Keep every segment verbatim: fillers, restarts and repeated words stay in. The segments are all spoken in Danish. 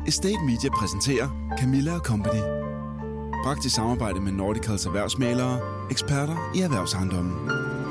Estate Media præsenterer Camilla og Company. Bragt i samarbejde med Nordicals erhvervsmælere, eksperter i erhvervsejendommen.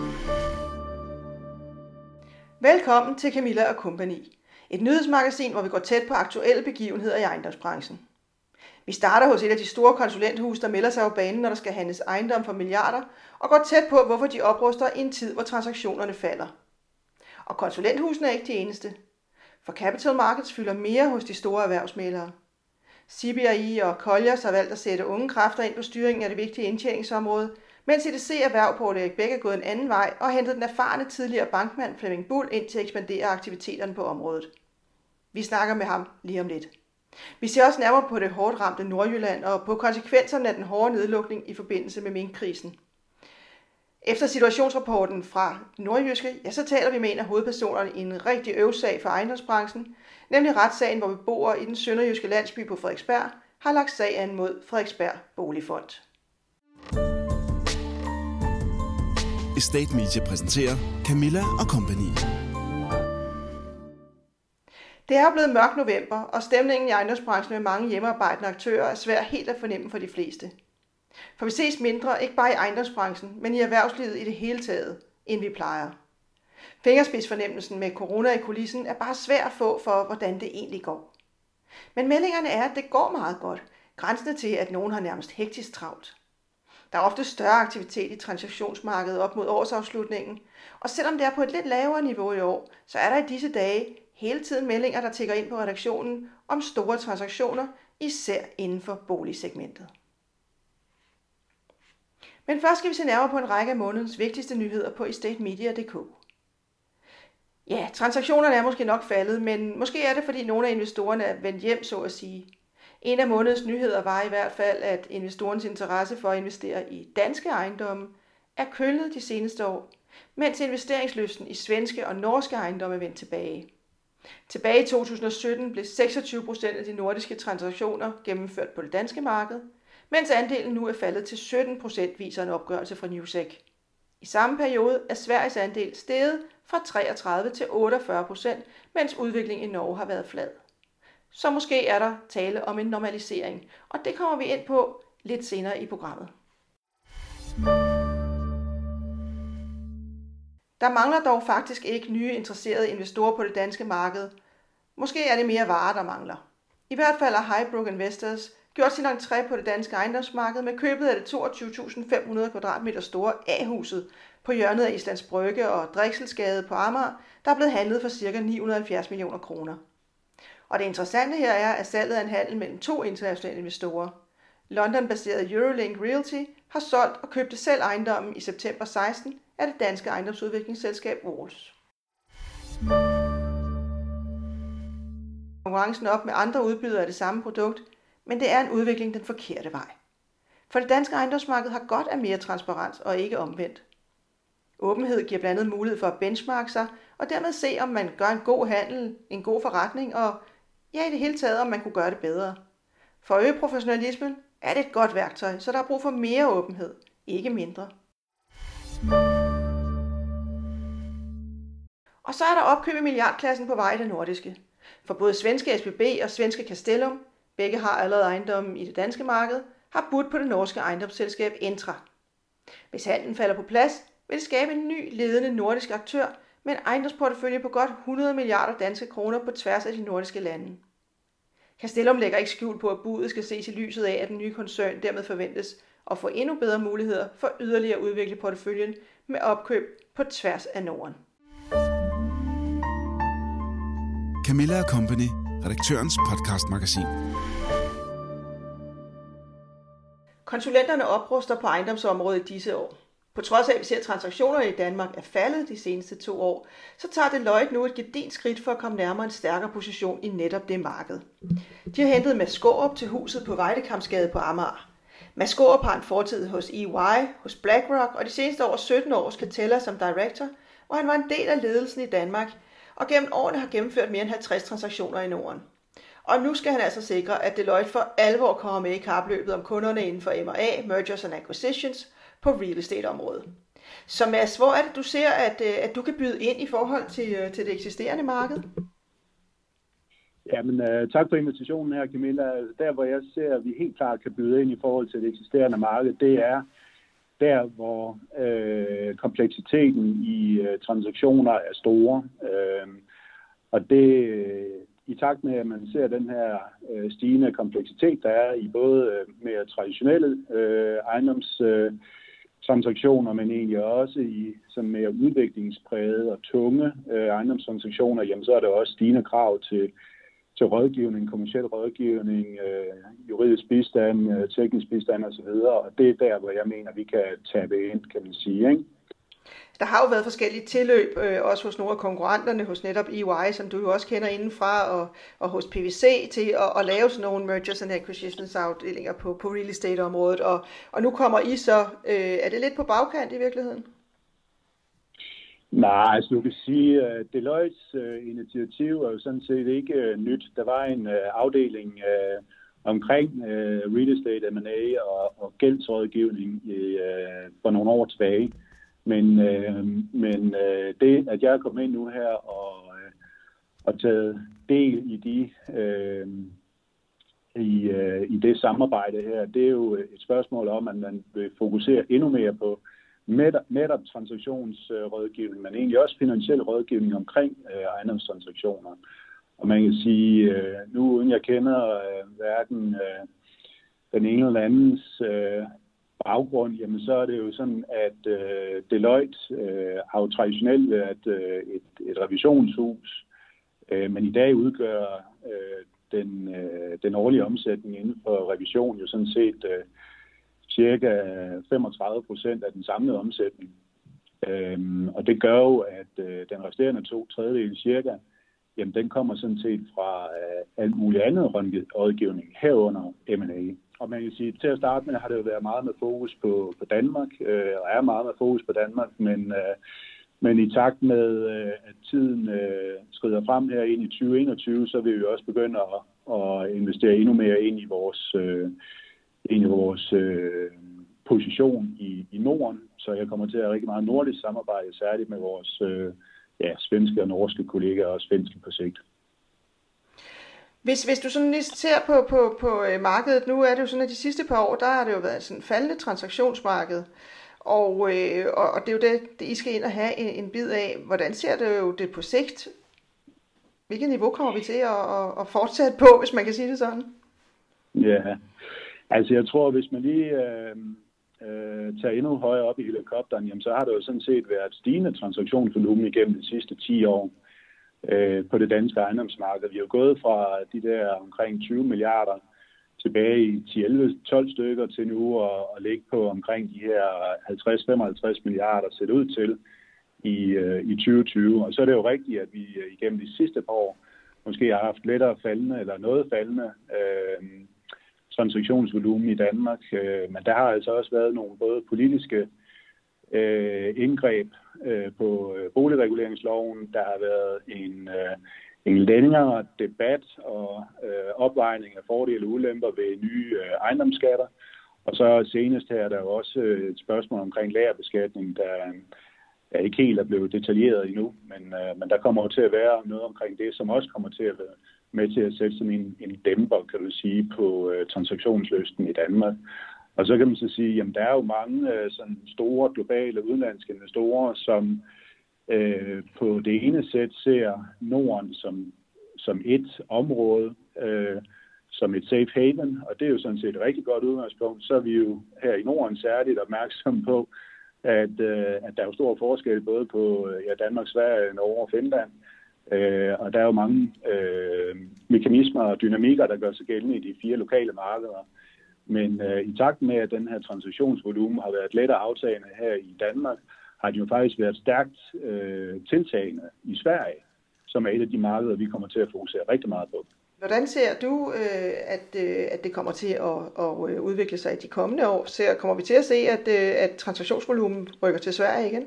Velkommen til Camilla og Company. Et nyhedsmagasin, hvor vi går tæt på aktuelle begivenheder i ejendomsbranchen. Vi starter hos et af de store konsulenthuse, der melder sig på banen, når der skal handles ejendom for milliarder, og går tæt på, hvorfor de opruster i en tid, hvor transaktionerne falder. Og konsulenthusene er ikke de eneste. For capital markets fylder mere hos de store erhvervsmælere. C B R E og Colliers har valgt at sætte unge kræfter ind på styringen af det vigtige indtjeningsområde, mens I D C Erhverv på Erik Bæk er gået en anden vej og hentet den erfarne tidligere bankmand Flemming Bull ind til at ekspandere aktiviteterne på området. Vi snakker med ham lige om lidt. Vi ser også nærmere på det hårdt ramte Nordjylland og på konsekvenserne af den hårde nedlukning i forbindelse med minkkrisen. Efter situationsrapporten fra Nordjyske, ja, så taler vi med en af hovedpersonerne i en rigtig øvsag for ejendomsbranchen, nemlig retssagen, hvor beboere i den sønderjyske landsby på Frederiksberg har lagt sag an mod Frederiksberg Boligfond. Estate Media præsenterer Camilla og Company. Det er blevet mørk november, og stemningen i ejendomsbranchen med mange hjemmearbejdende aktører er svær helt at fornemme for de fleste. For vi ses mindre, ikke bare i ejendomsbranchen, men i erhvervslivet i det hele taget, end vi plejer. Fingerspidsfornemmelsen med corona i kulissen er bare svær at få for, hvordan det egentlig går. Men meldingerne er, at det går meget godt, grænsende til, at nogen har nærmest hektisk travlt. Der er ofte større aktivitet i transaktionsmarkedet op mod årsafslutningen, og selvom det er på et lidt lavere niveau i år, så er der i disse dage hele tiden meldinger, der tikker ind på redaktionen om store transaktioner, især inden for boligsegmentet. Men først skal vi se nærmere på en række af månedens vigtigste nyheder på estate media punktum d k. Ja, transaktionerne er måske nok faldet, men måske er det, fordi nogle af investorerne er vendt hjem, så at sige. En af månedens nyheder var i hvert fald, at investorens interesse for at investere i danske ejendomme er kølet de seneste år, mens investeringslysten i svenske og norske ejendomme er vendt tilbage. Tilbage i to tusind og sytten blev seksogtyve procent af de nordiske transaktioner gennemført på det danske marked, mens andelen nu er faldet til sytten procent, viser en opgørelse fra Newsec. I samme periode er Sveriges andel steget fra treogtredive til otteogfyrre procent, mens udviklingen i Norge har været flad. Så måske er der tale om en normalisering, og det kommer vi ind på lidt senere i programmet. Der mangler dog faktisk ikke nye interesserede investorer på det danske marked. Måske er det mere varer, der mangler. I hvert fald har Highbrook Investors gjort sin entré på det danske ejendomsmarked med købet af det toogtyve tusind fem hundrede kvadratmeter store A-huset på hjørnet af Islands Brygge og Drexelsgade på Amager, der er blevet handlet for ca. ni hundrede og halvfjerds millioner kroner. Og det interessante her er, at salget er en handel mellem to internationale investorer. London-baserede Eurolink Realty har solgt og købte selv ejendommen i september seksten af det danske ejendomsudviklingsselskab Walls. Konkurrencen op med andre udbydere af det samme produkt, men det er en udvikling den forkerte vej. For det danske ejendomsmarked har godt af mere transparens og ikke omvendt. Åbenhed giver blandt andet mulighed for at benchmarke sig og dermed se, om man gør en god handel, en god forretning og ja, i det hele taget, om man kunne gøre det bedre. For at øge professionalismen er det et godt værktøj, så der er brug for mere åbenhed, ikke mindre. Og så er der opkøb i milliardklassen på vej i det nordiske. For både svenske S B B og svenske Castellum, begge har allerede ejendommen i det danske marked, har budt på det norske ejendomsselskab Entra. Hvis handlen falder på plads, vil det skabe en ny ledende nordisk aktør med en ejendomsportefølje på godt hundrede milliarder danske kroner på tværs af de nordiske lande. Castellum lægger ikke skjul på, at budet skal ses i lyset af, at den nye koncern dermed forventes at få endnu bedre muligheder for yderligere at udvikle porteføljen med opkøb på tværs af Norden. Camilla og Company, redaktørens podcastmagasin. Konsulenterne opruster på ejendomsområdet i disse år. På trods af, at vi ser, at transaktionerne i Danmark er faldet de seneste to år, så tager Deloitte nu et gedint skridt for at komme nærmere en stærkere position i netop det marked. De har hentet Mads Skaarup til huset på Vejdekampsgade på Amager. Mads Skaarup har en fortid hos E Y, hos BlackRock og de seneste over sytten år hos Catella som director, hvor han var en del af ledelsen i Danmark og gennem årene har gennemført mere end halvtreds transaktioner i Norden. Og nu skal han altså sikre, at Deloitte for alvor kommer med i kapløbet om kunderne inden for M og A, Mergers and Acquisitions, på real estate-området. Så Mads, hvor er det, du ser, at, at du kan byde ind i forhold til, til det eksisterende marked? Jamen, uh, tak for invitationen her, Camilla. Der, hvor jeg ser, at vi helt klart kan byde ind i forhold til det eksisterende marked, det er der, hvor uh, kompleksiteten i uh, transaktioner er store. Uh, og det i takt med, at man ser den her uh, stigende kompleksitet, der er i både uh, mere traditionelle uh, ejendomstransaktioner, men egentlig også i sådan mere udviklingsprægede og tunge uh, ejendomstransaktioner, jamen så er der også stigende krav til til rådgivning, kommerciel rådgivning, øh, juridisk bistand, øh, teknisk bistand osv. Og det er der, hvor jeg mener, vi kan tabe ind, kan man sige, ikke? Der har jo været forskellige tilløb, øh, også hos nogle af konkurrenterne, hos netop E Y, som du jo også kender indenfra, og, og hos P V C, til at, at lave sådan nogle mergers and acquisitions afdelinger på, på real estate-området. Og, og nu kommer I så, øh, er det lidt på bagkant i virkeligheden? Nej, altså du kan sige, at Deloittes uh, initiativ er jo sådan set ikke uh, nyt. Der var en uh, afdeling uh, omkring uh, real estate M and A og, og gældsrådgivning i, uh, for nogle år tilbage. Men, uh, men uh, det, at jeg er kommet ind nu her og, uh, og taget del i, de, uh, i, uh, i det samarbejde her, det er jo et spørgsmål om, at man vil fokusere endnu mere på netop transaktionsrådgivning, men egentlig også finansiel rådgivning omkring øh, ejendomstransaktioner. Og man kan sige, øh, nu uden jeg kender øh, hverken øh, den ene eller andens øh, baggrund, jamen så er det jo sådan, at øh, Deloitte øh, har jo traditionelt været øh, et, et revisionshus, øh, men i dag udgør øh, den, øh, den årlige omsætning inden for revision jo sådan set øh, cirka femogtredive procent af den samlede omsætning. Øhm, og det gør jo, at øh, den resterende to tredjedel cirka, jamen den kommer sådan set fra øh, alt muligt andet rådgivning herunder M and A. Og man kan sige, til at starte med har det jo været meget med fokus på, på Danmark, øh, og er meget med fokus på Danmark, men, øh, men i takt med, øh, at tiden øh, skrider frem her ind i tyve enogtyve, så vil vi også begynde at, at investere endnu mere ind i vores øh, ind i vores øh, position i, i Norden, så jeg kommer til at have rigtig meget nordisk samarbejde, særligt med vores øh, ja, svenske og norske kollegaer, og svenske på sigt. Hvis, hvis du sådan lige ser på, på, på markedet, nu er det jo sådan, at de sidste par år, der har det jo været sådan et faldende transaktionsmarked, og, øh, og, og det er jo det, det, I skal ind og have en, en bid af. Hvordan ser det jo det på sigt? Hvilket niveau kommer vi til at, at, at fortsætte på, hvis man kan sige det sådan? Ja, altså jeg tror, hvis man lige øh, øh, tager endnu højere op i helikopteren, jamen, så har det jo sådan set været stigende transaktionsvolumen igennem de sidste ti år øh, på det danske ejendomsmarked. Vi er jo gået fra de der omkring tyve milliarder tilbage i ti elleve tolv stykker til nu og, og ligge på omkring de her halvtreds til femoghalvtreds milliarder set ud til i, øh, i tyve tyve. Og så er det jo rigtigt, at vi igennem de sidste par år måske har haft lettere faldende eller noget faldende øh, transaktionsvolumen i Danmark, øh, men der har altså også været nogle både politiske øh, indgreb øh, på øh, boligreguleringsloven. Der har været en, øh, en længere debat og øh, opvejning af fordele og ulemper ved nye øh, ejendomsskatter. Og så senest her er der jo også et spørgsmål omkring lagerbeskatning, der er ikke helt er blevet detaljeret endnu, men, øh, men der kommer jo til at være noget omkring det, som også kommer til at være med til at sætte sådan en, en dæmper, kan du sige, på øh, transaktionslysten i Danmark. Og så kan man så sige, jamen der er jo mange øh, sådan store globale udenlandske investorer, som øh, på det ene sæt ser Norden som, som et område, øh, som et safe haven, og det er jo sådan set et rigtig godt udgangspunkt. Så er vi jo her i Norden særligt opmærksomme på, at, øh, at der er jo stor forskel både på ja, Danmark, Sverige, Norge og Finland. Øh, og der er jo mange øh, mekanismer og dynamikker, der gør sig gældende i de fire lokale markeder. Men øh, i takt med, at den her transaktionsvolumen har været lettere aftagende her i Danmark, har det jo faktisk været stærkt øh, tiltagende i Sverige, som er et af de markeder, vi kommer til at fokusere rigtig meget på. Hvordan ser du, øh, at, øh, at det kommer til at, at udvikle sig i de kommende år? Ser, kommer vi til at se, at, øh, at transaktionsvolumen rykker til Sverige igen?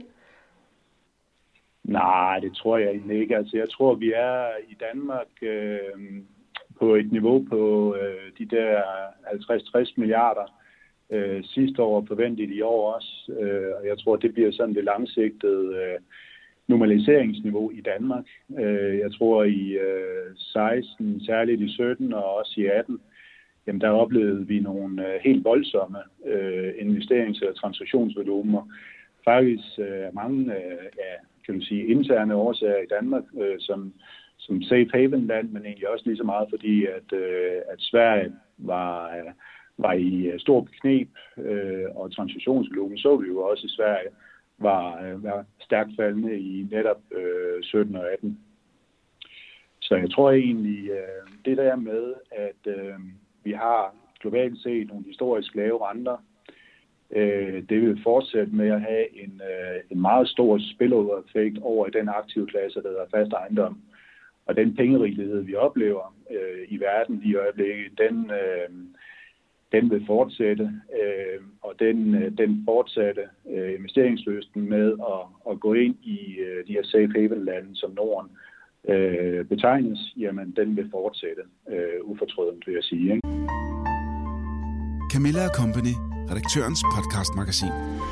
Nej, det tror jeg ikke. Altså, jeg tror, vi er i Danmark øh, på et niveau på øh, de der halvtreds til tres milliarder øh, sidste år, forventet i år også. Øh, og jeg tror, det bliver sådan det langsigtede øh, normaliseringsniveau i Danmark. Jeg tror i seksten, særligt i sytten og også i atten, jamen der oplevede vi nogle helt voldsomme investerings- og transaktionsvolumener. Faktisk mange ja, kan man sige, interne årsager i Danmark, som, som safe haven land, men egentlig også lige så meget fordi, at, at Sverige var, var i stor kneb, og transaktionsvolumen så vi jo også i Sverige, var, var stærkt faldende i netop øh, sytten og atten. Så jeg tror egentlig, øh, det der med, at øh, vi har globalt set nogle historisk lave renter, øh, det vil fortsætte med at have en, øh, en meget stor spillover-effekt over i den aktive klasse, der hedder fast ejendom. Og den pengerigelighed, vi oplever øh, i verden i øjeblikket, den... Øh, Den vil fortsætte, øh, og den, den fortsatte øh, investeringsløsten med at, at gå ind i øh, de her safe haven-lande, som Norden øh, betegnes, jamen den vil fortsætte øh, ufortrødent, vil jeg sige. Ikke? Camilla og Company, redaktørens podcastmagasin.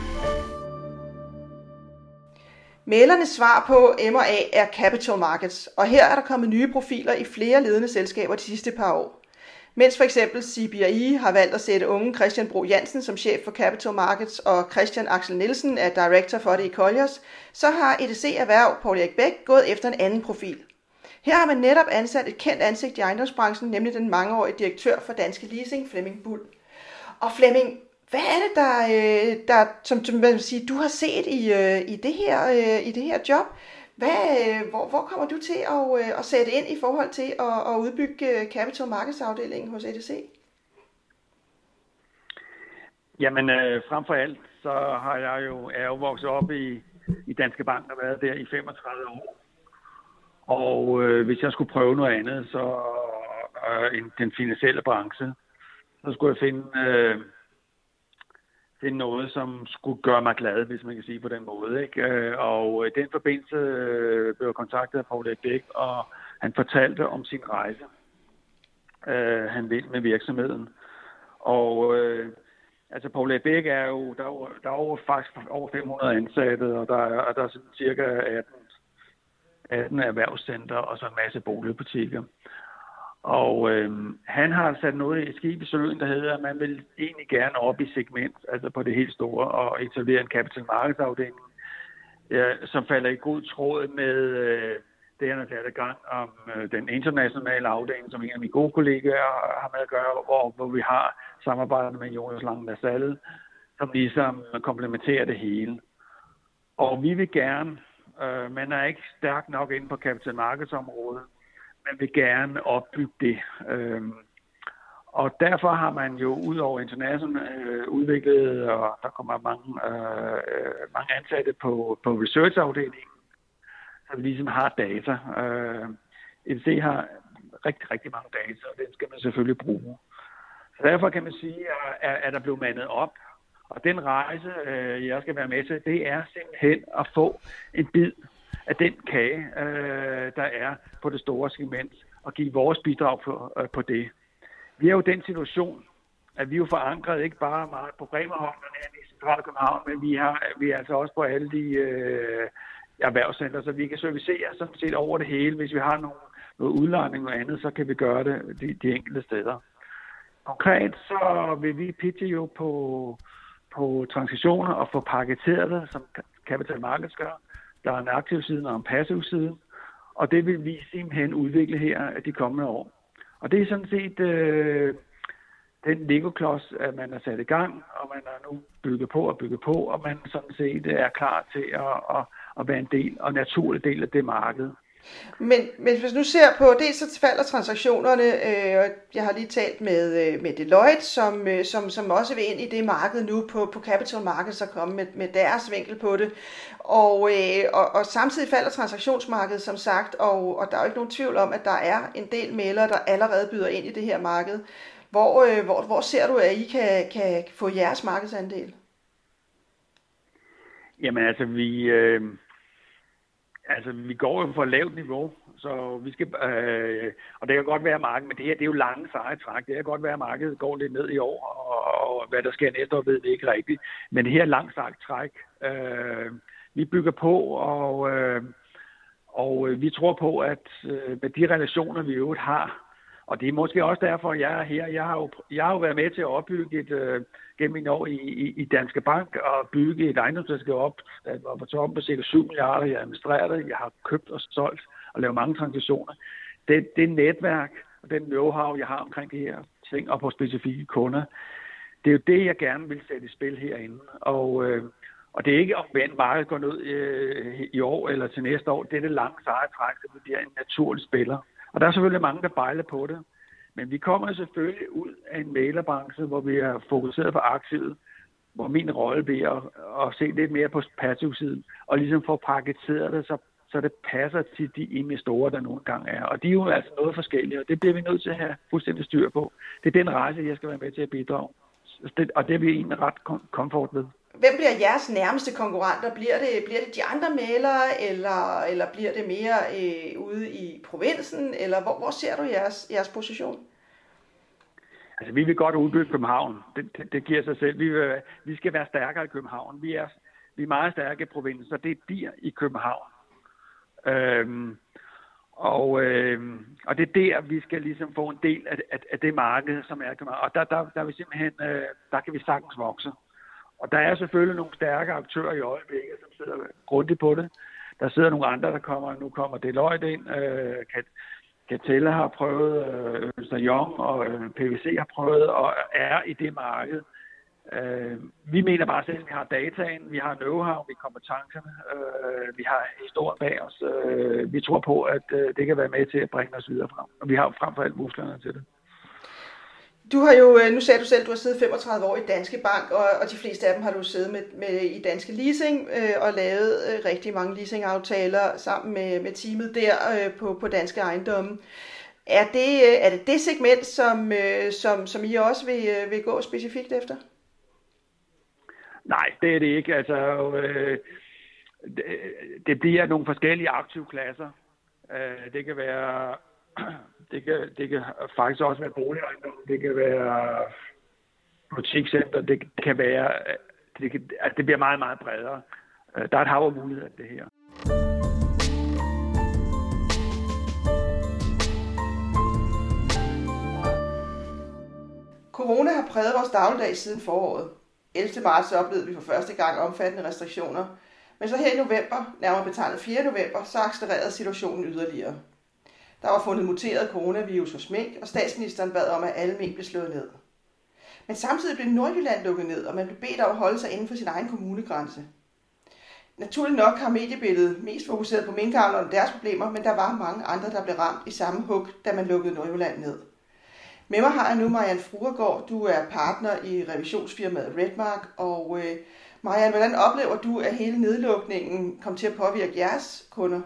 Mæglernes svar på M og A er capital markets, og her er der kommet nye profiler i flere ledende selskaber de sidste par år. Mens for eksempel C B R E har valgt at sætte unge Christian Bro Jansen som chef for Capital Markets, og Christian Axel Nielsen er director for det i Colliers, så har E D C Erhverv Poul Erik Bæk gået efter en anden profil. Her har man netop ansat et kendt ansigt i ejendomsbranchen, nemlig den mangeårige direktør for Danske Leasing, Flemming Bull. Og Flemming, hvad er det, der, der som, som man sige, du har set i, i, det her, i det her job? Hvad, hvor, hvor kommer du til at, at sætte ind i forhold til at, at udbygge Capital Markets afdelingen hos E D C? Jamen, øh, frem for alt, så har jeg jo, er jeg jo vokset op i, i Danske Bank og været der i femogtredive år. Og øh, hvis jeg skulle prøve noget andet, så øh, end den finansielle branche, så skulle jeg finde... Øh, Det er noget, som skulle gøre mig glad, hvis man kan sige på den måde. Ikke? Og i den forbindelse blev jeg kontaktet af Poul Erik Bæk, og han fortalte om sin rejse, øh, han vil med virksomheden. Og øh, altså Poul Erik Bæk er jo, der er jo, der er jo faktisk over fem hundrede ansatte, og der er, der er sådan cirka atten, atten erhvervscenter og så en masse boligbutikker. Og øh, han har sat noget i skib i søen, der hedder, at man vil egentlig gerne op i segment, altså på det helt store, og etablere en capital markets afdeling, øh, som falder i god tråd med øh, det, han har sat i gang om øh, den internationale afdeling, som en af mine gode kollegaer har med at gøre, hvor, hvor vi har samarbejdet med Jonas Lange-Lassalle, som ligesom komplementerer det hele. Og vi vil gerne, øh, man er ikke stærk nok inde på capital markets området, man vil gerne opbygge det. Øhm, og derfor har man jo ud over internationalt øh, udviklet, og der kommer mange, øh, mange ansatte på, på research-afdelingen, så vi ligesom har data. Øh, E D C har rigtig, rigtig mange data, og den skal man selvfølgelig bruge. Så derfor kan man sige, at, at der blev mandet op. Og den rejse, øh, jeg skal være med til, det er simpelthen at få en bid af den kage, øh, der er på det store segment, og give vores bidrag på, øh, på det. Vi er jo i den situation, at vi er jo forankret ikke bare meget på Bremerholm, men i Central København, men vi, har, vi er altså også på alle de øh, erhvervscenter, så vi kan servicere sådan set over det hele. Hvis vi har nogle, noget udlejning og andet, så kan vi gøre det de, de enkelte steder. Konkret så vil vi pitche jo på, på transaktioner og få paketeret det, som Capital Markets gør. Der er en aktiv side og en passiv side, og det vil vi simpelthen udvikle her de kommende år. Og det er sådan set øh, den Lego-klods, at man er sat i gang, og man er nu bygget på og bygget på, og man sådan set er klar til at, at, at være en del og naturlig del af det marked. Men, men hvis nu ser på det, så falder transaktionerne, øh, jeg har lige talt med, med Deloitte, som, øh, som, som også vil ind i det marked nu på, på Capital Markets og komme med, med deres vinkel på det. Og, øh, og, og samtidig falder transaktionsmarkedet, som sagt, og, og der er jo ikke nogen tvivl om, at der er en del mæglere, der allerede byder ind i det her marked. Hvor, øh, hvor, hvor ser du, at I kan, kan få jeres markedsandel? Jamen altså, vi... Øh... Altså, vi går jo på et lavt niveau, så vi skal, øh, og det kan godt være markedet, men det her, det er jo lange seje træk. Det kan godt være, at markedet går lidt ned i år, og, og hvad der sker næste år, ved vi ikke rigtigt. Men det her langt sejt træk, øh, vi bygger på, og, øh, og vi tror på, at øh, med de relationer, vi i øvrigt har, og det er måske også derfor, at jeg er her. Jeg har jo, jeg har jo været med til at opbygge et, øh, gennem mine år i, i, i Danske Bank, og bygge et ejendomsselskab op, der var på toppen på cirka syv milliarder. Jeg administrerer det, jeg har købt og solgt og lavet mange transaktioner. Det, det netværk og den know-how, jeg har omkring de her ting og på specifikke kunder, det er jo det, jeg gerne vil sætte i spil herinde. Og, øh, og det er ikke, om markedet går ned øh, i år eller til næste år. Det er det lange seje træk, så vi bliver en naturlig spiller. Og der er selvfølgelig mange, der bejler på det. Men vi kommer selvfølgelig ud af en mæglerbranche, hvor vi er fokuseret på aktiet, hvor min rolle bliver at, at se lidt mere på passivsiden, og ligesom få paketeret det, så, så det passer til de investorer, der nogle gange er. Og de er jo altså noget forskellige, og det bliver vi nødt til at have fuldstændig styr på. Det er den rejse, jeg skal være med til at bidrage. Og det er vi egentlig ret komfort ved. Hvem bliver jeres nærmeste konkurrenter? Bliver det, bliver det de andre mælere, eller, eller bliver det mere øh, ude i provinsen? Eller hvor, hvor ser du jeres, jeres position? Altså, vi vil godt udbygge København. Det, det, det giver sig selv. Vi, vil, vi skal være stærkere i København. Vi er, vi er meget stærke i provinsen, så det bliver i København. Øhm, og, øhm, og det er der, vi skal ligesom få en del af, af, af det marked, som er i København. Og der, der, der, er vi simpelthen, øh, der kan vi sagtens vokse. Og der er selvfølgelig nogle stærke aktører i øjeblikket, som sidder grundigt på det. Der sidder nogle andre, der kommer, nu kommer Deloitte ind, øh, Catella har prøvet, øh, Ernst og Young og øh, P V C har prøvet, og er i det marked. Øh, vi mener bare selv, at vi har dataen, vi har know-how, vi har kompetencerne, øh, vi har historien bag os. Øh, vi tror på, at øh, det kan være med til at bringe os videre frem. Og vi har frem for alt musklerne til det. Du har jo, nu sagde du selv, at du har siddet femogtredive år i Danske Bank, og, og de fleste af dem har du siddet med, med i Danske Leasing øh, og lavet øh, rigtig mange leasingaftaler sammen med, med teamet der øh, på, på Danske Ejendomme. Er det, øh, er det det segment, som, øh, som, som I også vil, øh, vil gå specifikt efter? Nej, det er det ikke. Altså, øh, det, det bliver nogle forskellige aktive klasser. Øh, det kan være... Det kan, det kan faktisk også være boligejendom, det kan være butikscenter, det kan være, det, kan, altså det bliver meget, meget bredere. Der er et hav af muligheder af det her. Corona har præget vores dagligdag siden foråret. ellevte marts oplevede vi for første gang omfattende restriktioner, men så her i november, nærmere betegnet fjerde november, så accelererede situationen yderligere. Der var fundet muteret coronavirus hos mink, og statsministeren bad om, at alle mink blev slået ned. Men samtidig blev Nordjylland lukket ned, og man blev bedt om at holde sig inden for sin egen kommunegrænse. Naturligt nok har mediebilledet mest fokuseret på minkavlerne og deres problemer, men der var mange andre, der blev ramt i samme hug, da man lukkede Nordjylland ned. Med mig har jeg nu Marianne Fruergaard. Du er partner i revisionsfirmaet Redmark, og øh, Marianne, hvordan oplever du, at hele nedlukningen kom til at påvirke jeres kunder?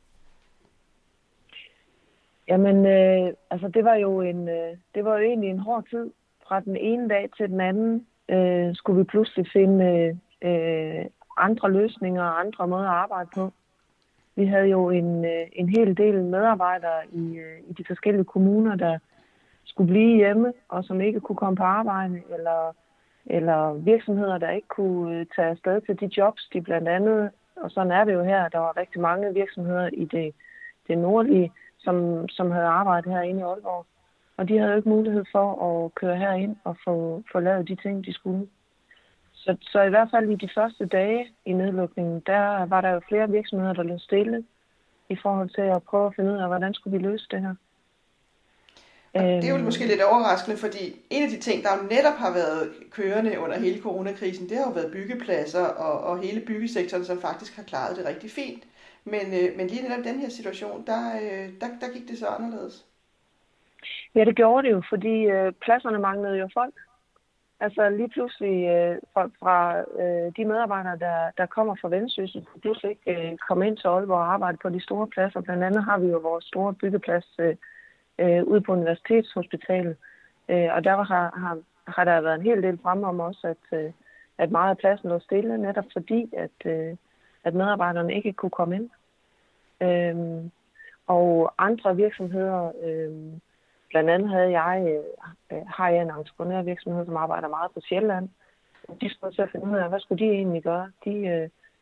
Jamen, øh, altså det var jo en, øh, det var jo egentlig en hård tid. Fra den ene dag til den anden øh, skulle vi pludselig finde øh, andre løsninger og andre måder at arbejde på. Vi havde jo en, øh, en hel del medarbejdere i, øh, i de forskellige kommuner, der skulle blive hjemme og som ikke kunne komme på arbejde, eller, eller virksomheder, der ikke kunne øh, tage afsted til de jobs, de blandt andet, og sådan er det jo her, der var rigtig mange virksomheder i det, det nordlige, Som, som havde arbejdet herinde i Aalborg. Og de havde jo ikke mulighed for at køre herind og få, få lavet de ting, de skulle. Så, så i hvert fald i de første dage i nedlukningen, der var der jo flere virksomheder, der lå stille i forhold til at prøve at finde ud af, hvordan skulle vi løse det her. Det er jo måske lidt overraskende, fordi en af de ting, der jo netop har været kørende under hele coronakrisen, det har jo været byggepladser og, og hele byggesektoren, som faktisk har klaret det rigtig fint. Men, øh, men lige netop den her situation, der, øh, der, der gik det så anderledes. Ja, det gjorde det jo, fordi øh, pladserne manglede jo folk. Altså lige pludselig øh, fra, fra øh, de medarbejdere, der, der kommer fra Vendsyssel, pludselig ikke øh, komme ind til Aalborg og arbejde på de store pladser. Blandt andet har vi jo vores store byggeplads øh, øh, ude på Universitetshospitalet. Øh, og der har, har, har der været en hel del fremme om også, at, øh, at meget af pladsen lå stille, netop fordi, at... Øh, at medarbejderne ikke kunne komme ind. Øhm, og andre virksomheder, øhm, blandt andet havde jeg, øh, har jeg en entreprenørvirksomhed, som arbejder meget på Sjælland. De skulle til at finde ud af, hvad skulle de egentlig gøre? De, øh,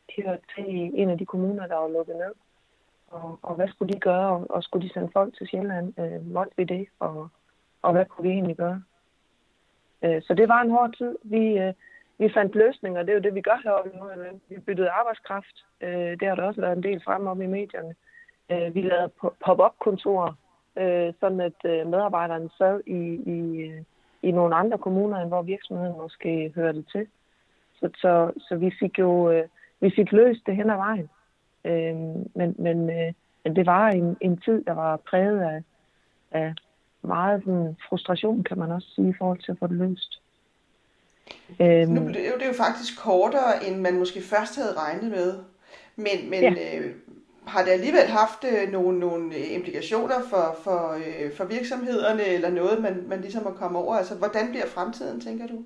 de hørte til i en af de kommuner, der var lukket ned. Og, og hvad skulle de gøre, og, og skulle de sende folk til Sjælland? Øh, måtte vi det, og, og hvad kunne vi egentlig gøre? Øh, så det var en hård tid. Vi, øh, vi fandt løsninger, det er jo det, vi gør heroppe nu. Vi byttede arbejdskraft, øh, det har der også været en del frem om i medierne. Øh, vi lavede pop-up-kontorer, øh, sådan at øh, medarbejderne sad i, i, i nogle andre kommuner, end hvor virksomheden måske hørte til. Så, så, så vi fik jo øh, vi fik løst det hen ad vejen. Øh, men, men, øh, men det var en, en tid, der var præget af, af meget sådan, frustration, kan man også sige, i forhold til at få det løst. Øh, nu blev det jo faktisk kortere, end man måske først havde regnet med. Men, men ja. øh, har det alligevel haft øh, nogle, nogle implikationer for, for, øh, for virksomhederne, eller noget, man, man ligesom må komme over? Altså, hvordan bliver fremtiden, tænker du?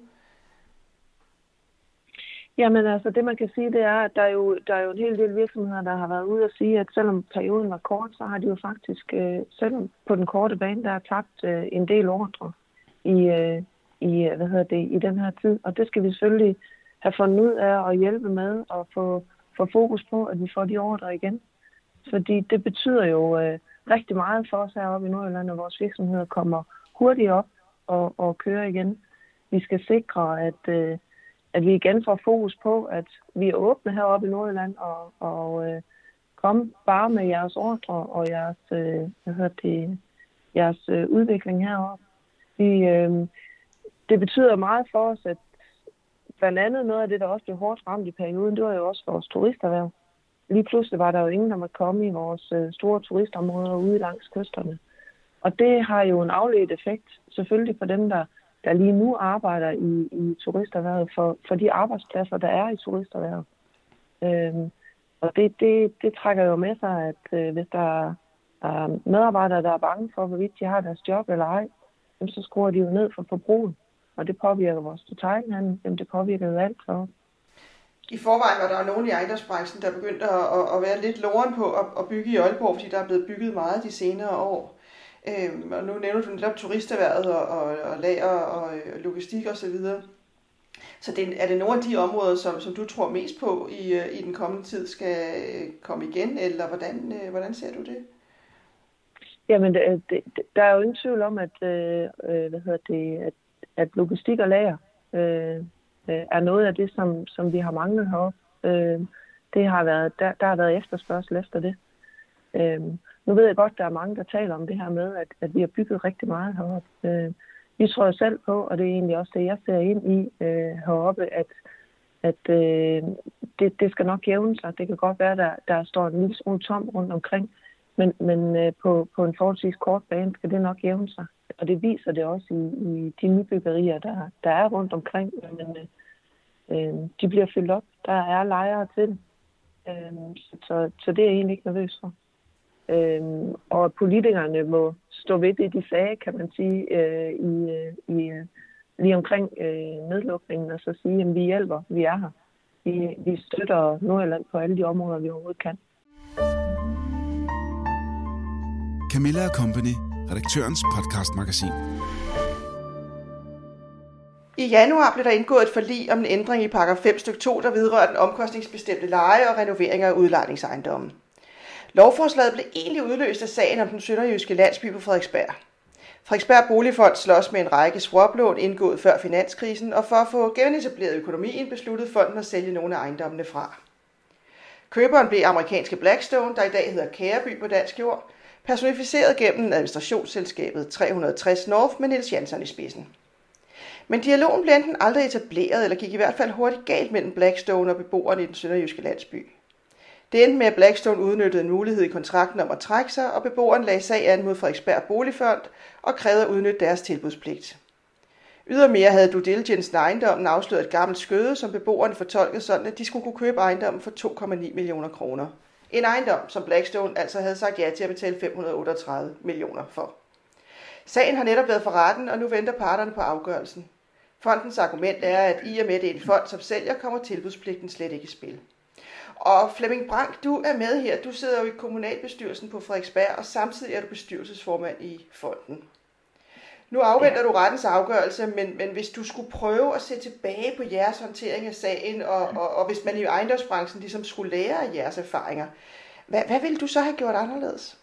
Jamen altså, det man kan sige, det er, at der er, jo, der er jo en hel del virksomheder, der har været ude og sige, at selvom perioden var kort, så har de jo faktisk, øh, selvom på den korte bane, der har tabt øh, en del ordre i, øh, i, hvad hedder det, i den her tid. Og det skal vi selvfølgelig have fundet ud af at hjælpe med og få, få fokus på, at vi får de ordre igen. Fordi det betyder jo øh, rigtig meget for os heroppe i Nordjylland, at vores virksomheder kommer hurtigt op og, og kører igen. Vi skal sikre, at øh, at vi igen får fokus på, at vi er åbne heroppe i Nordjylland, og, og øh, kom bare med jeres ordre og jeres, øh, hvad hedder det, jeres øh, udvikling heroppe. Vi, øh, det betyder meget for os, at blandt andet noget af det, der også blev hårdt ramt i perioden, det var jo også vores turisterhverv. Lige pludselig var der jo ingen, der måtte komme i vores øh, store turistområder ude langs kysterne. Og det har jo en afledt effekt, selvfølgelig for dem, der der lige nu arbejder i, i turisterhvervet, for, for de arbejdspladser, der er i turisterhvervet. Øhm, og det, det, det trækker jo med sig, at øh, hvis der er medarbejdere, der er bange for, hvorvidt de har deres job eller ej, så skruer de jo ned for forbruget, og det påvirker vores detailhandel, jamen det påvirker jo alt for. I forvejen var der jo nogen i ejendomsbranchen, der begyndte at, at, at være lidt loren på at, at bygge i Aalborg, fordi der er blevet bygget meget de senere år. Øhm, og nu nævner du netop turisterhvervet og, og, og lager og, og logistik og så videre. Så det, er det nogle af de områder, som, som du tror mest på i, i den kommende tid skal komme igen, eller hvordan, hvordan ser du det? Jamen, det, det, der er jo ingen tvivl om, at, øh, hvad hedder det, at, at logistik og lager øh, er noget af det, som, som vi har manglet heroppe. Øh, det har været, der, der har været efterspørgsel efter det. Øh, Nu ved jeg godt, at der er mange, der taler om det her med, at, at vi har bygget rigtig meget heroppe. Øh, vi tror jo selv på, og det er egentlig også det, jeg ser ind i øh, heroppe, at, at øh, det, det skal nok jævne sig. Det kan godt være, at der, der står en lille smule tom rundt omkring, men, men øh, på, på en forholdsvis kort bane skal det nok jævne sig. Og det viser det også i, i de nybyggerier, der, der er rundt omkring. Men øh, de bliver fyldt op. Der er lejere til det. Øh, så, så det er jeg egentlig ikke nervøs for. Øhm, og politikerne må stå ved det, de sagde, kan man sige, øh, i, i, lige omkring øh, nedlukningen, og så sige, at vi hjælper, vi er her. Vi, vi støtter Nordjylland på alle de områder, vi overhovedet kan. Camilla og Company, redaktørens podcastmagasin. I januar blev der indgået et forlig om en ændring i paragraf fem stykke to, der vedrører den omkostningsbestemte leje og renovering af udlejningsejendommen. Lovforslaget blev egentlig udløst af sagen om den sønderjyske landsby på Frederiksberg. Frederiksberg Boligfond slås med en række swaplån indgået før finanskrisen, og for at få genetableret økonomien besluttede fonden at sælge nogle af ejendommene fra. Køberen blev amerikanske Blackstone, der i dag hedder Kæreby på dansk jord, personificeret gennem administrationsselskabet tre hundrede og tres North med Niels Jansson i spidsen. Men dialogen blev enten aldrig etableret, eller gik i hvert fald hurtigt galt mellem Blackstone og beboerne i den sønderjyske landsby. Det endte med, at Blackstone udnyttede en mulighed i kontrakten om at trække sig, og beboeren lagde sag an mod Frederiksberg Boligfond og krævede at udnytte deres tilbudspligt. Ydermere havde due diligence ejendommen afsløret et gammelt skøde, som beboerne fortolkede sådan, at de skulle kunne købe ejendommen for to komma ni millioner kroner. En ejendom, som Blackstone altså havde sagt ja til at betale fem hundrede og otteogtredive millioner for. Sagen har netop været for retten, og nu venter parterne på afgørelsen. Fondens argument er, at i og med det er en fond, som sælger, kommer tilbudspligten slet ikke i spil. Og Flemming Brank, du er med her. Du sidder jo i kommunalbestyrelsen på Frederiksberg, og samtidig er du bestyrelsesformand i fonden. Nu afventer ja. du rettens afgørelse, men, men hvis du skulle prøve at se tilbage på jeres håndtering af sagen, og, og, og hvis man i ejendomsbranchen ligesom skulle lære af jeres erfaringer, hvad, hvad ville du så have gjort anderledes?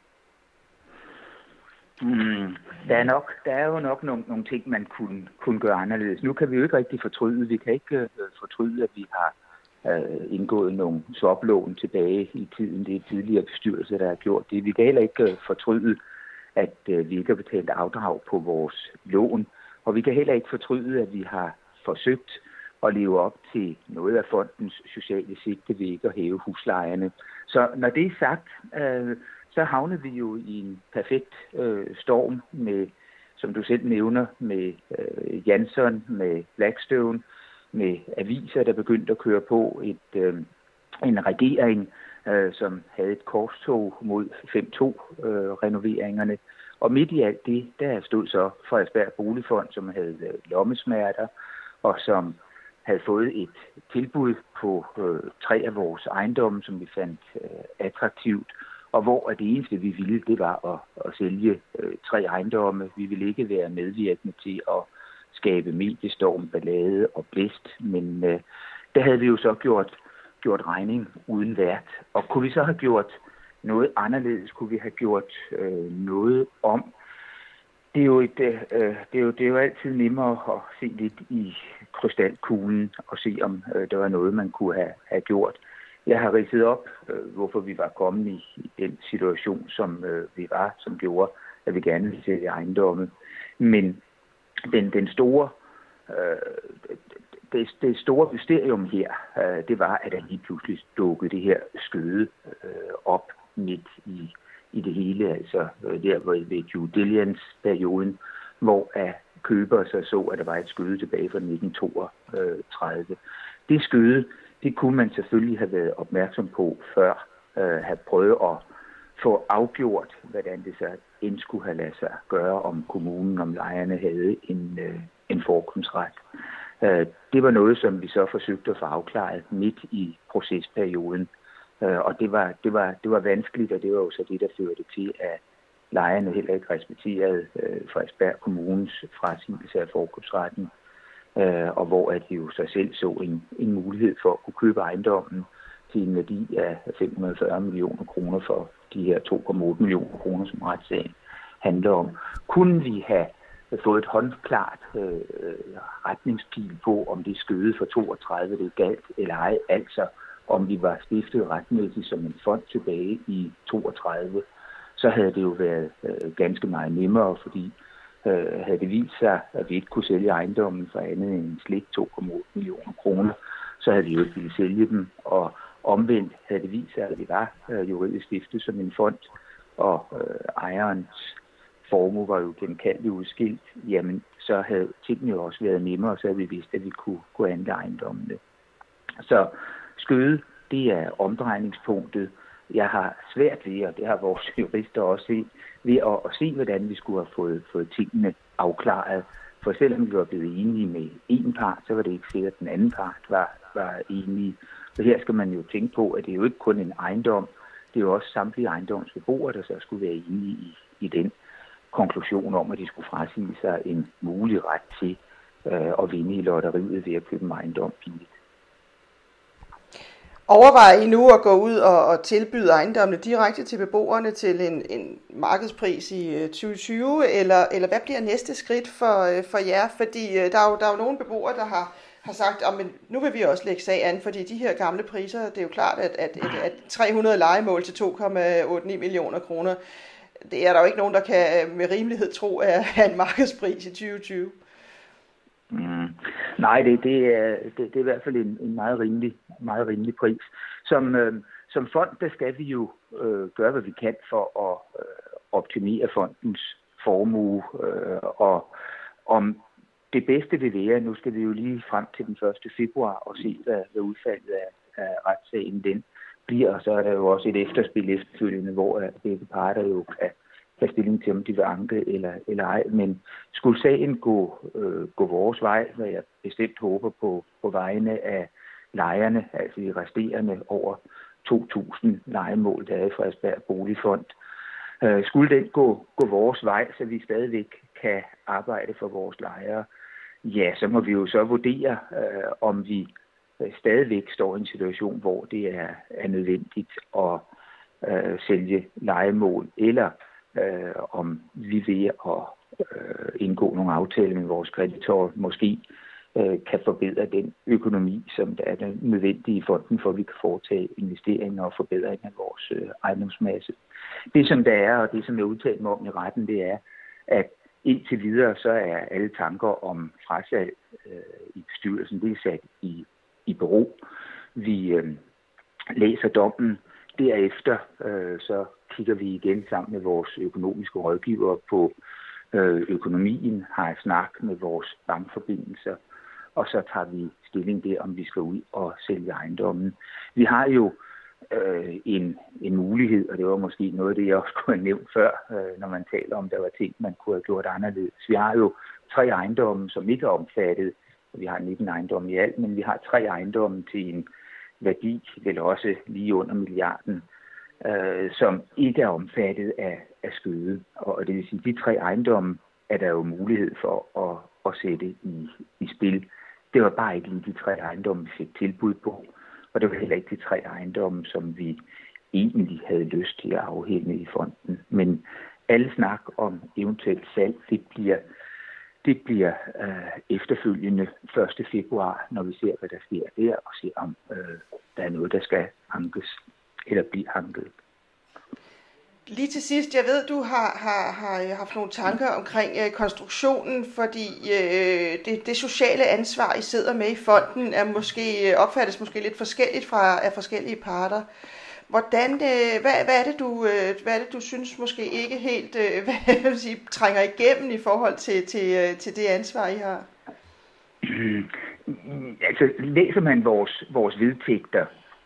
Mm, der, er nok, der er jo nok nogle, nogle ting, man kunne, kunne gøre anderledes. Nu kan vi jo ikke rigtig fortryde. Vi kan ikke uh, fortryde, at vi har uh, indgået nogle swaplån tilbage i tiden. Det er tidligere bestyrelser, der har gjort det. Vi kan heller ikke uh, fortryde, at uh, vi ikke har betalt afdrag på vores lån. Og vi kan heller ikke fortryde, at vi har forsøgt at leve op til noget af fondens sociale sigte ved ikke at hæve huslejerne. Så når det er sagt, uh, så havnede vi jo i en perfekt øh, storm med, som du selv nævner, med øh, Jansson, med Blackstone, med aviser, der begyndte at køre på, et, øh, en regering, øh, som havde et korstog mod fem to øh, renoveringerne. Og midt i alt det, der stod så Frederiksberg Boligfond, som havde øh, lommesmerter, og som havde fået et tilbud på øh, tre af vores ejendomme, som vi fandt øh, attraktivt. Og hvor det eneste, vi ville, det var at, at sælge øh, tre ejendomme. Vi ville ikke være medvirkende til at skabe mediestorm, ballade og blæst. Men øh, der havde vi jo så gjort, gjort regning uden vært. Og kunne vi så have gjort noget anderledes? Kunne vi have gjort øh, noget om? Det er, jo et, øh, det, er jo, det er jo altid nemmere at se lidt i krystalkuglen og se, om øh, der var noget, man kunne have, have gjort. Jeg har ridset op, øh, hvorfor vi var kommet i, i den situation, som øh, vi var, som gjorde, at vi gerne ville sælge ejendomme. Men den, den store, øh, det, det store mysterium her, øh, det var, at der lige pludselig dukkede det her skøde øh, op midt i, i det hele. Altså øh, der var ved due diligence-perioden, hvor at køber så så, at der var et skøde tilbage fra nitten toogtredive. Det skøde, det kunne man selvfølgelig have været opmærksom på før, øh, have prøvet at få afgjort, hvordan det så end skulle have ladet sig gøre, om kommunen, om lejerne havde en, øh, en forkundsret. Øh, det var noget, som vi så forsøgte at få afklaret midt i procesperioden, øh, og det var, det, var, det var vanskeligt, og det var jo så det, der førte til, at lejerne heller ikke respekterede øh, Frederiksberg Kommunes frasigelse af forkundsretten. Og hvor at de jo sig selv så en, en mulighed for at kunne købe ejendommen til en værdi af fem hundrede og fyrre millioner kroner for de her to komma otte millioner kroner, som retssagen handler om. Kunne vi have fået et håndklart øh, retningspil på, om det skøde for toogtredive det galt eller ej, altså om vi var stiftet retmæssigt som en fond tilbage i toogtredive, så havde det jo været øh, ganske meget nemmere, fordi Øh, havde det vist sig, at vi ikke kunne sælge ejendommen for andet end slet to komma otte millioner kroner, så havde vi jo ikke ville sælge dem, og omvendt havde det vist sig, at vi var øh, juridisk stiftet som en fond, og øh, ejerens formue var jo genkendeligt udskilt, jamen så havde tingene jo også været nemmere, og så havde vi vidst, at vi kunne, kunne handle ejendommene. Så skøde, det er omdrejningspunktet. Jeg har svært ved, og det har vores jurister også set, ved at, at se, hvordan vi skulle have fået, fået tingene afklaret. For selvom vi var blevet enige med en part, så var det ikke sikkert, at den anden part var, var enige. Og her skal man jo tænke på, at det er jo ikke kun en ejendom, det er jo også samtlige ejendomsbeboere, der så skulle være enige i, i den konklusion om, at de skulle frasige sig en mulig ret til øh, at vinde i lotteriet ved at købe en ejendom billigt. Overvejer I nu at gå ud og, og tilbyde ejendommene direkte til beboerne til en, en markedspris i tyve tyve, eller, eller hvad bliver næste skridt for, for jer? Fordi der er jo, der er jo nogle beboere, der har, har sagt, at nu vil vi også lægge sag an, fordi de her gamle priser, det er jo klart, at, at, at, at tre hundrede lejemål til to komma otte ni millioner kroner, det er der jo ikke nogen, der kan med rimelighed tro er, er en markedspris i tyve tyve. Mm. Nej, det, det, er, det, det er i hvert fald en, en meget, rimelig, meget rimelig pris. Som, øh, som fond, der skal vi jo øh, gøre, hvad vi kan for at øh, optimere fondens formue. Øh, og om det bedste vil være, nu skal vi jo lige frem til den første februar og se, hvad, hvad udfaldet af, af retssagen den bliver. Og så er der jo også et efterspil efterfølgende, hvor begge parter jo kan tage stilling til, om de vil anke eller, eller ej. Men skulle sagen gå, øh, gå vores vej, hvad jeg bestemt håber på, på vegne af lejerne, altså de resterende over to tusind lejemål, der er i Frederiksberg Boligfond, øh, skulle den gå, gå vores vej, så vi stadigvæk kan arbejde for vores lejere, ja, så må vi jo så vurdere, øh, om vi øh, stadigvæk står i en situation, hvor det er, er nødvendigt at øh, sælge lejemål, eller øh, om vi ved at øh, indgå nogle aftaler med vores kreditorer, måske øh, kan forbedre den økonomi, som der er nødvendig i fonden, for at vi kan foretage investeringer og forbedringer af vores øh, ejendomsmasse. Det, som der er, og det, som jeg udtalte mig om i retten, det er, at indtil videre, så er alle tanker om frasalg øh, i bestyrelsen, det er sat i, i bero. Vi øh, læser dommen. Derefter øh, så kigger vi igen sammen med vores økonomiske rådgivere på øh, økonomien, har en snak med vores bankforbindelser, og så tager vi stilling der, om vi skal ud og sælge ejendommen. Vi har jo øh, en, en mulighed, og det var måske noget af det, jeg også kunne have nævnt før, øh, når man taler om, der var ting, man kunne have gjort anderledes. Vi har jo tre ejendomme, som ikke er omfattet. Vi har nitten ejendomme i alt, men vi har tre ejendomme til en værdi, vel også lige under milliarden, øh, som ikke er omfattet af, af skøde. Og det vil sige, at de tre ejendomme er der jo mulighed for at, at sætte i, i spil. Det var bare ikke lige de tre ejendomme, vi fik tilbud på, og det var heller ikke de tre ejendomme, som vi egentlig havde lyst til at afhænde i fonden. Men alle snak om eventuelt salg, det bliver Det bliver øh, efterfølgende første februar, når vi ser, hvad der sker der, og ser, om øh, der er noget, der skal ankes eller blive anket. Lige til sidst, jeg ved, du har, har, har haft nogle tanker omkring øh, konstruktionen, fordi øh, det, det sociale ansvar, I sidder med i fonden, er måske, opfattes måske lidt forskelligt fra af forskellige parter. Hvordan, øh, hvad, hvad, er det, du, øh, hvad er det, du synes måske ikke helt øh, hvad jeg vil sige, trænger igennem i forhold til, til, øh, til det ansvar, I har? Altså, læser man vores, vores vedtægter,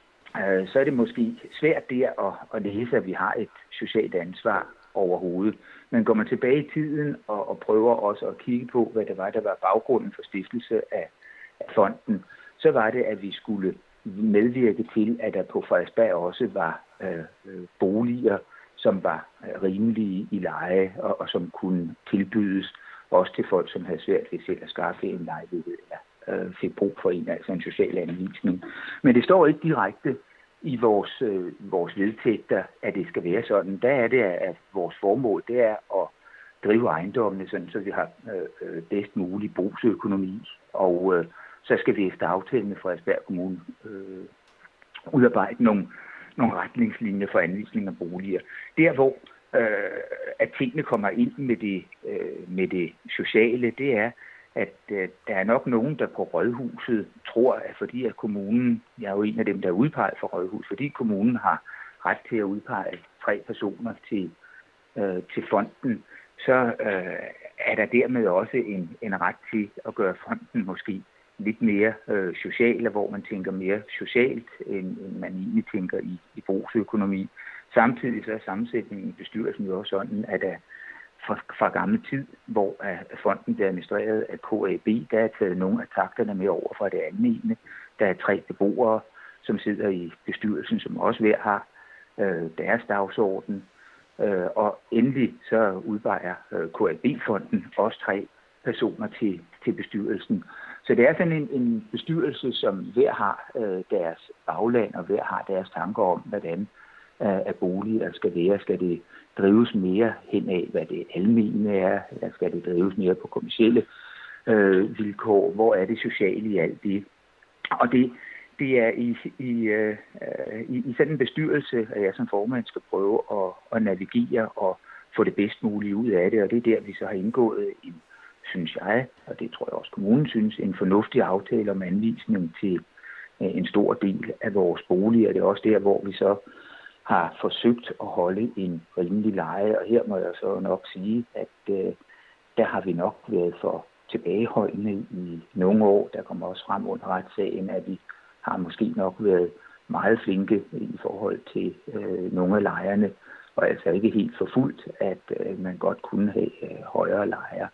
øh, så er det måske svært der at, at læse, at vi har et socialt ansvar overhovedet. Men går man tilbage i tiden og, og prøver også at kigge på, hvad det var, der var baggrunden for stiftelse af, af fonden, så var det, at vi skulle medvirke til, at der på Frederiksberg også var øh, boliger, som var øh, rimelige i leje, og, og som kunne tilbydes også til folk, som havde svært ved selv at skaffe en lejlighed, eller øh, fik brug for en, altså en social anvisning. Men det står ikke direkte i vores, øh, vores vedtægter, at det skal være sådan. Der er det, at vores formål, det er at drive ejendommene, sådan, så vi har øh, bedst mulig brugsøkonomi, og øh, så skal vi efter aftale med Frederiksberg Kommune øh, udarbejde nogle, nogle retningslinjer for anvisning af boliger. Der, hvor øh, at tingene kommer ind med det, øh, med det sociale, det er, at øh, der er nok nogen, der på Rådhuset tror, at fordi at kommunen, jeg er jo en af dem, der er udpeget for Rådhuset, fordi kommunen har ret til at udpege tre personer til, øh, til fonden, så øh, er der dermed også en, en ret til at gøre fonden måske lidt mere øh, sociale, hvor man tænker mere socialt, end, end man egentlig tænker i, i brugsøkonomi. Samtidig så er sammensætningen i bestyrelsen jo også sådan, at der fra, fra gammel tid, hvor uh, fonden bliver administreret af K A B, der er taget nogle af takterne med over fra det andet. Der er tre beboere, som sidder i bestyrelsen, som også hver har øh, deres dagsorden. Øh, og endelig så udpeger øh, K A B-fonden også tre personer til, til bestyrelsen. Så det er sådan en, en bestyrelse, som hver har øh, deres bagland, og hver har deres tanker om, hvordan øh, at boliger skal være. Skal det drives mere hen af, hvad det almene er, eller skal det drives mere på kommercielle øh, vilkår? Hvor er det sociale i alt det? Og det, det er i, i, øh, i, i sådan en bestyrelse, at jeg som formand skal prøve at, at navigere og få det bedst mulige ud af det, og det er der, vi så har indgået en, synes jeg, og det tror jeg også kommunen synes, en fornuftig aftale om anvisning til en stor del af vores boliger. Det er også der, hvor vi så har forsøgt at holde en rimelig leje, og her må jeg så nok sige, at øh, der har vi nok været for tilbageholdende i nogle år. Der kommer også frem under retssagen, at vi har måske nok været meget flinke i forhold til øh, nogle af lejerne, og altså ikke helt forfulgt, at øh, man godt kunne have øh, højere lejer.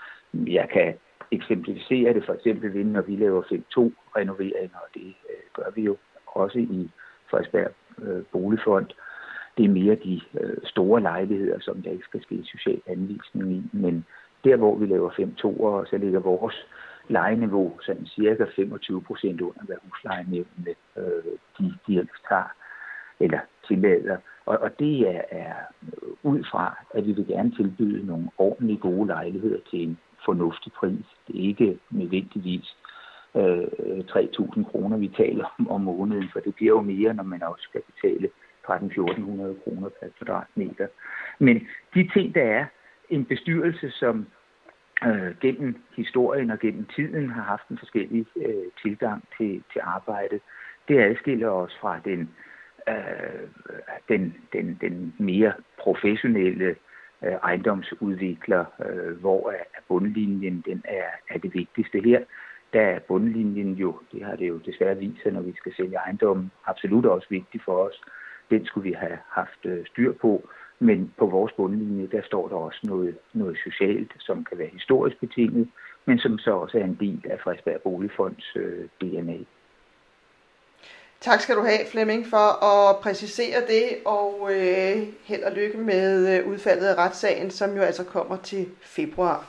Jeg kan eksemplificere det for eksempel ved, når vi laver fem to renoveringer, og det øh, gør vi jo også i Frederiksberg øh, Boligfond. Det er mere de øh, store lejligheder, som der ikke skal ske social anvisning i, men Der, hvor vi laver fem toer, så ligger vores lejeniveau sådan cirka femogtyve procent under, hvad huslejenævnene øh, de, de ellers tager eller tillader. Og, og det er, er ud fra, at vi vil gerne tilbyde nogle ordentlige gode lejligheder til en fornuftig pris. Det er ikke nødvendigvis øh, tre tusind kroner, vi taler om om måneden, for det bliver jo mere, når man også skal betale tretten til fjorten hundrede kroner per kvadratmeter. Men de ting, der er en bestyrelse, som øh, gennem historien og gennem tiden har haft en forskellig øh, tilgang til, til arbejdet, det adskiller os fra den, øh, den, den, den mere professionelle øh, ejendomsudvikler, øh, hvor er bundlinjen den er, er det vigtigste her. Der er bundlinjen jo, det har det jo desværre vist sig, når vi skal sælge ejendommen, absolut også vigtig for os. Den skulle vi have haft øh, styr på. Men på vores bundlinje, der står der også noget, noget socialt, som kan være historisk betinget, men som så også er en del af Frederiksberg Boligfonds øh, D N A. Tak skal du have, Flemming, for at præcisere det, og øh, held og lykke med øh, udfaldet af retssagen, som jo altså kommer til februar.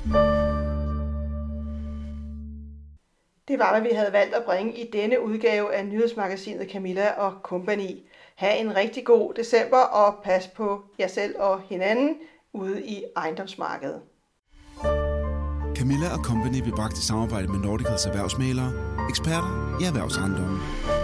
Det var, hvad vi havde valgt at bringe i denne udgave af nyhedsmagasinet Camilla og Company. Ha' en rigtig god december, og pas på jer selv og hinanden ude i ejendomsmarkedet. Camilla og Company blev bragt i samarbejde med Nordicals erhvervsmælere, eksperter i erhvervsejendomme.